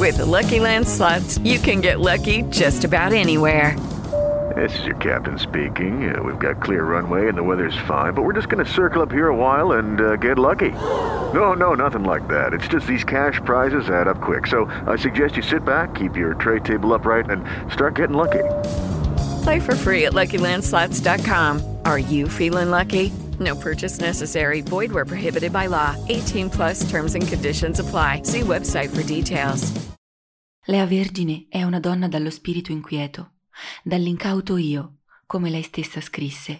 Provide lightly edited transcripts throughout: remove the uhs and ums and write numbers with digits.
With the Lucky Land Slots, you can get lucky just about anywhere. This is your captain speaking. We've got clear runway and the weather's fine, but we're just going to circle up here a while and get lucky. No, nothing like that. It's just these cash prizes add up quick. So I suggest you sit back, keep your tray table upright, and start getting lucky. Play for free at LuckyLandSlots.com. Are you feeling lucky? No purchase necessary. Void where prohibited by law. 18 plus terms and conditions apply. See website for details. Lea Vergine è una donna dallo spirito inquieto, dall'incauto io, come lei stessa scrisse.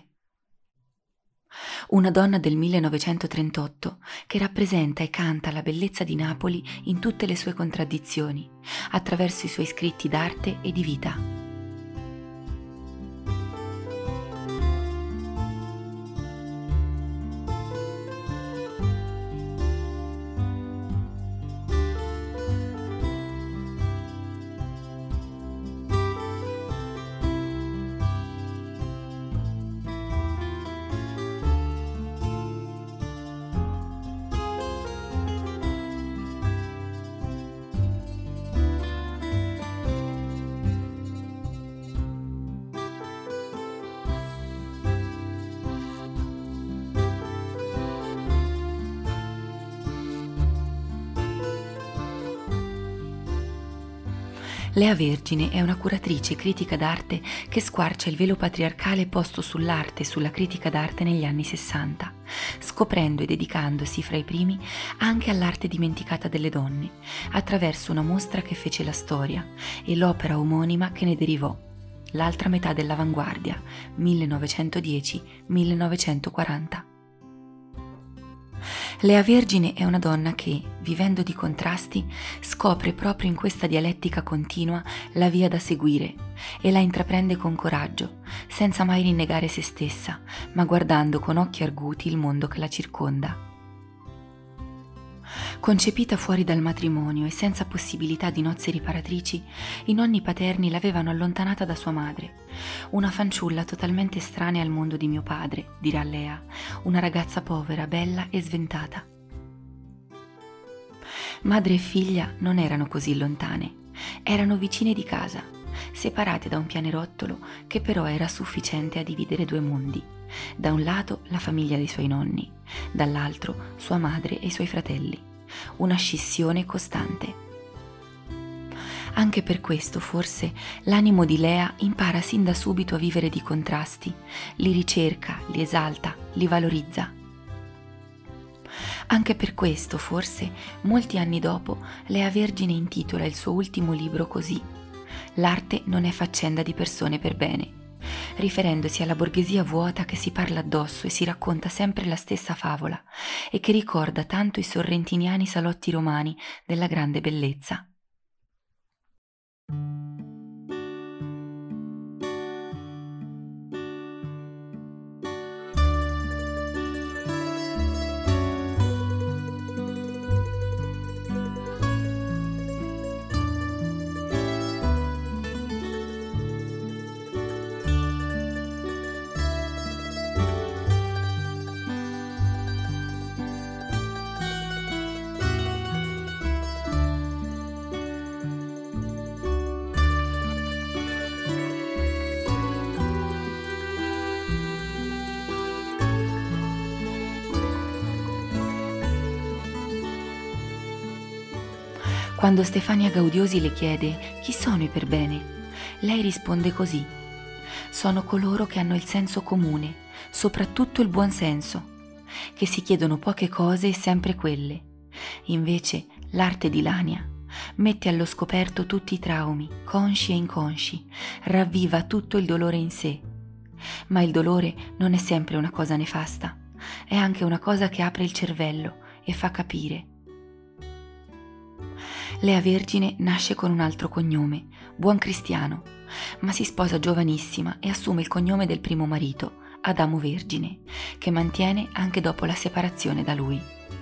Una donna del 1938 che rappresenta e canta la bellezza di Napoli in tutte le sue contraddizioni, attraverso i suoi scritti d'arte e di vita. Lea Vergine è una curatrice e critica d'arte che squarcia il velo patriarcale posto sull'arte e sulla critica d'arte negli anni 60, scoprendo e dedicandosi fra i primi anche all'arte dimenticata delle donne, attraverso una mostra che fece la storia e l'opera omonima che ne derivò, L'altra metà dell'avanguardia, 1910-1940. Lea Vergine è una donna che, vivendo di contrasti, scopre proprio in questa dialettica continua la via da seguire e la intraprende con coraggio, senza mai rinnegare se stessa, ma guardando con occhi arguti il mondo che la circonda. Concepita fuori dal matrimonio e senza possibilità di nozze riparatrici, i nonni paterni l'avevano allontanata da sua madre, una fanciulla totalmente estranea al mondo di mio padre, dirà Lea, una ragazza povera, bella e sventata. Madre e figlia non erano così lontane, erano vicine di casa, separate da un pianerottolo che però era sufficiente a dividere due mondi. Da un lato la famiglia dei suoi nonni, dall'altro sua madre e i suoi fratelli. Una scissione costante. Anche per questo, forse, l'animo di Lea impara sin da subito a vivere di contrasti, li ricerca, li esalta, li valorizza. Anche per questo, forse, molti anni dopo, Lea Vergine intitola il suo ultimo libro così: L'arte non è faccenda di persone per bene, riferendosi alla borghesia vuota che si parla addosso e si racconta sempre la stessa favola e che ricorda tanto i sorrentiniani salotti romani della grande bellezza. Quando Stefania Gaudiosi le chiede chi sono i perbene, lei risponde così: sono coloro che hanno il senso comune, soprattutto il buon senso, che si chiedono poche cose e sempre quelle. Invece l'arte di Lania mette allo scoperto tutti i traumi, consci e inconsci, ravviva tutto il dolore in sé. Ma il dolore non è sempre una cosa nefasta, è anche una cosa che apre il cervello e fa capire. Lea Vergine nasce con un altro cognome, Buon Cristiano, ma si sposa giovanissima e assume il cognome del primo marito, Adamo Vergine, che mantiene anche dopo la separazione da lui.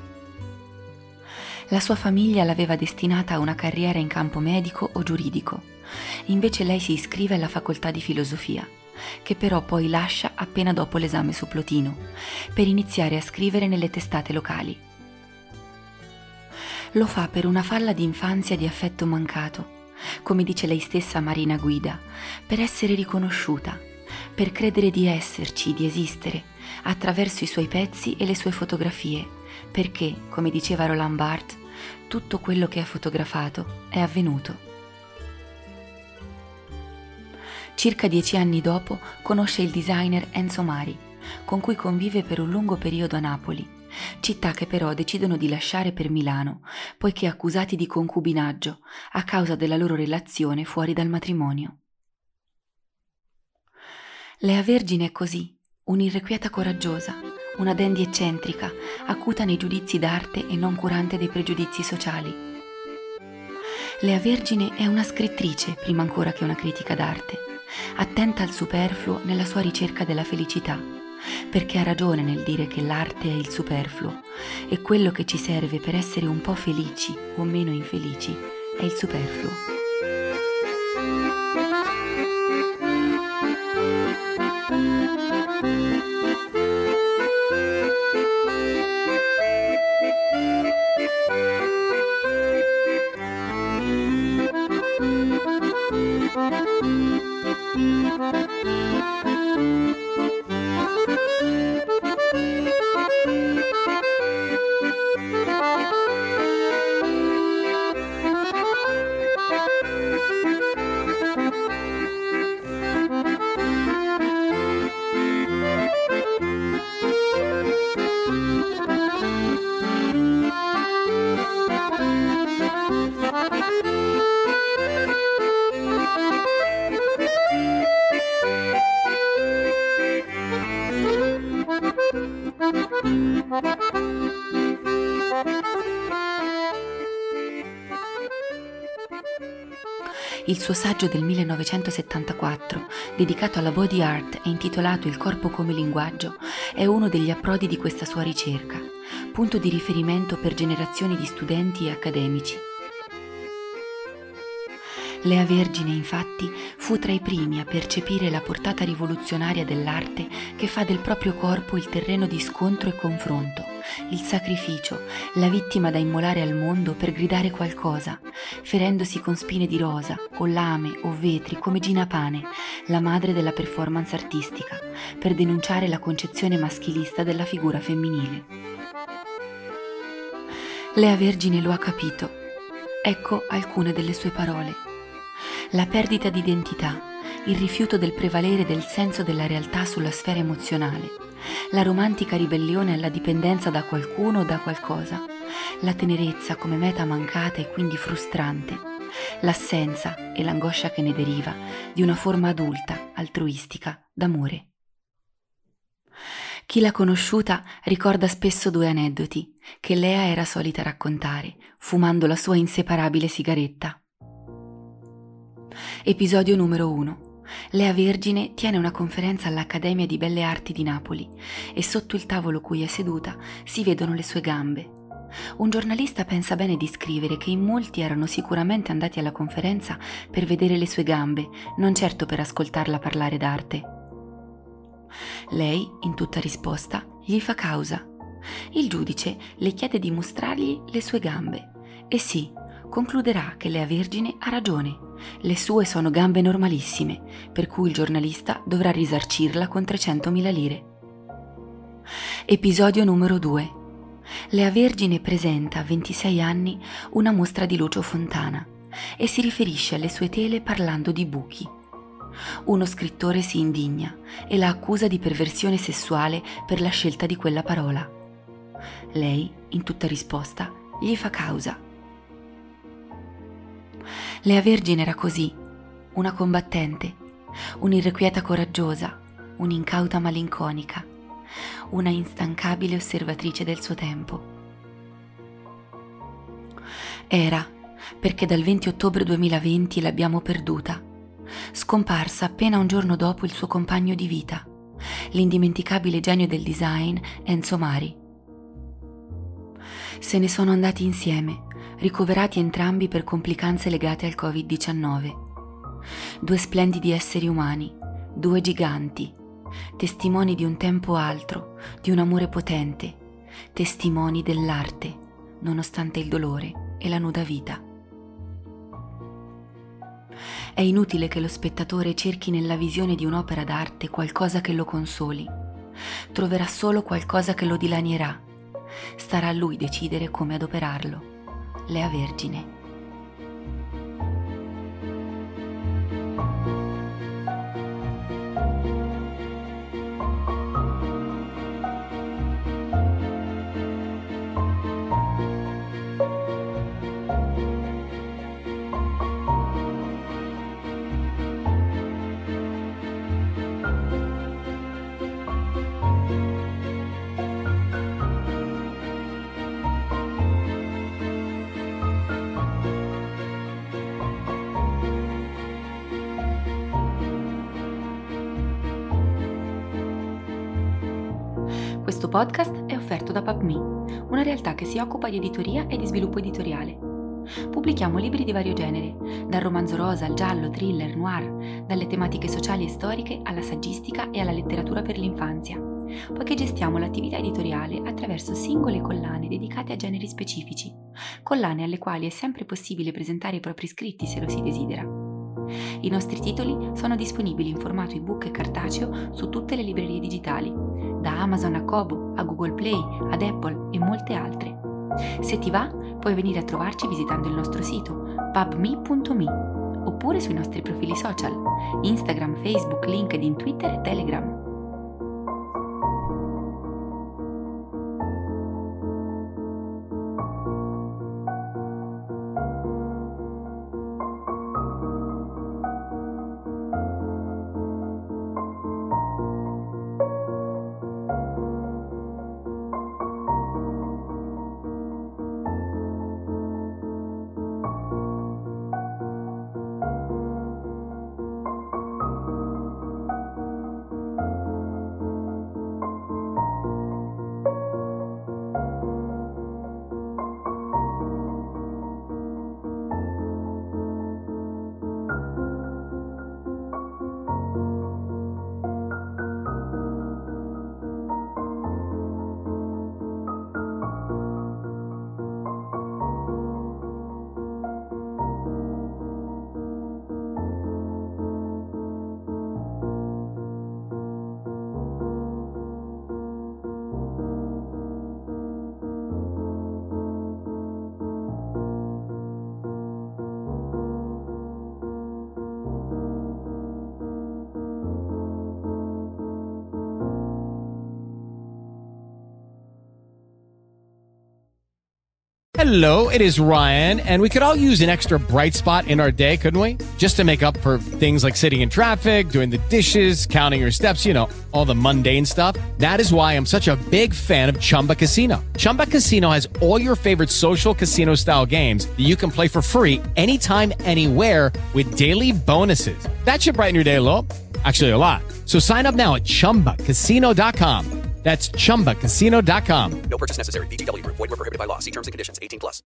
La sua famiglia l'aveva destinata a una carriera in campo medico o giuridico, invece lei si iscrive alla facoltà di filosofia, che però poi lascia appena dopo l'esame su Plotino, per iniziare a scrivere nelle testate locali. Lo fa per una falla di infanzia di affetto mancato, come dice lei stessa Marina Guida, per essere riconosciuta, per credere di esserci, di esistere, attraverso i suoi pezzi e le sue fotografie, perché, come diceva Roland Barthes, tutto quello che ha fotografato è avvenuto. Circa 10 anni dopo conosce il designer Enzo Mari, con cui convive per un lungo periodo a Napoli, città che però decidono di lasciare per Milano, poiché accusati di concubinaggio a causa della loro relazione fuori dal matrimonio. Lea Vergine è così, un'irrequieta coraggiosa, una dandy eccentrica, acuta nei giudizi d'arte e non curante dei pregiudizi sociali. Lea Vergine è una scrittrice prima ancora che una critica d'arte, attenta al superfluo nella sua ricerca della felicità, perché ha ragione nel dire che l'arte è il superfluo e quello che ci serve per essere un po' felici o meno infelici è il superfluo. Il suo saggio del 1974, dedicato alla body art e intitolato Il corpo come linguaggio, è uno degli approdi di questa sua ricerca, punto di riferimento per generazioni di studenti e accademici. Lea Vergine, infatti, fu tra i primi a percepire la portata rivoluzionaria dell'arte che fa del proprio corpo il terreno di scontro e confronto, il sacrificio, la vittima da immolare al mondo per gridare qualcosa, ferendosi con spine di rosa, o lame, o vetri, come Gina Pane, la madre della performance artistica, per denunciare la concezione maschilista della figura femminile. Lea Vergine lo ha capito. Ecco alcune delle sue parole. La perdita di identità, il rifiuto del prevalere del senso della realtà sulla sfera emozionale, la romantica ribellione alla dipendenza da qualcuno o da qualcosa, la tenerezza come meta mancata e quindi frustrante, l'assenza e l'angoscia che ne deriva di una forma adulta, altruistica, d'amore. Chi l'ha conosciuta ricorda spesso 2 aneddoti che Lea era solita raccontare, fumando la sua inseparabile sigaretta. Episodio numero 1. Lea Vergine tiene una conferenza all'Accademia di Belle Arti di Napoli e sotto il tavolo cui è seduta si vedono le sue gambe. Un giornalista pensa bene di scrivere che in molti erano sicuramente andati alla conferenza per vedere le sue gambe, non certo per ascoltarla parlare d'arte. Lei, in tutta risposta, gli fa causa. Il giudice le chiede di mostrargli le sue gambe e sì, concluderà che Lea Vergine ha ragione. Le sue sono gambe normalissime, per cui il giornalista dovrà risarcirla con 300.000 lire. Episodio numero 2. Lea Vergine presenta a 26 anni una mostra di Lucio Fontana e si riferisce alle sue tele parlando di buchi. Uno scrittore si indigna e la accusa di perversione sessuale per la scelta di quella parola. Lei, in tutta risposta, gli fa causa. Lea Vergine era così, una combattente, un'irrequieta coraggiosa, un'incauta malinconica, una instancabile osservatrice del suo tempo. Era, perché dal 20 ottobre 2020 l'abbiamo perduta, scomparsa appena un giorno dopo il suo compagno di vita, l'indimenticabile genio del design Enzo Mari. Se ne sono andati insieme, ricoverati entrambi per complicanze legate al Covid-19. 2 splendidi esseri umani, 2 giganti, testimoni di un tempo altro, di un amore potente, testimoni dell'arte, nonostante il dolore e la nuda vita. È inutile che lo spettatore cerchi nella visione di un'opera d'arte qualcosa che lo consoli. Troverà solo qualcosa che lo dilanierà. Starà a lui decidere come adoperarlo. Lea Vergine. Questo podcast è offerto da PubMe, una realtà che si occupa di editoria e di sviluppo editoriale. Pubblichiamo libri di vario genere, dal romanzo rosa al giallo, thriller, noir, dalle tematiche sociali e storiche alla saggistica e alla letteratura per l'infanzia, poiché gestiamo l'attività editoriale attraverso singole collane dedicate a generi specifici, collane alle quali è sempre possibile presentare i propri scritti se lo si desidera. I nostri titoli sono disponibili in formato ebook e cartaceo su tutte le librerie digitali, da Amazon a Kobo, a Google Play, ad Apple e molte altre. Se ti va, puoi venire a trovarci visitando il nostro sito pubme.me oppure sui nostri profili social, Instagram, Facebook, LinkedIn, Twitter e Telegram. Hello, it is Ryan, and we could all use an extra bright spot in our day, couldn't we? Just to make up for things like sitting in traffic, doing the dishes, counting your steps, you know, all the mundane stuff. That is why I'm such a big fan of Chumba Casino. Chumba Casino has all your favorite social casino-style games that you can play for free anytime, anywhere with daily bonuses. That should brighten your day a little. Actually, a lot. So sign up now at ChumbaCasino.com. That's ChumbaCasino.com. No purchase necessary. VGW Group. Void where prohibited by law. See terms and conditions. 18+.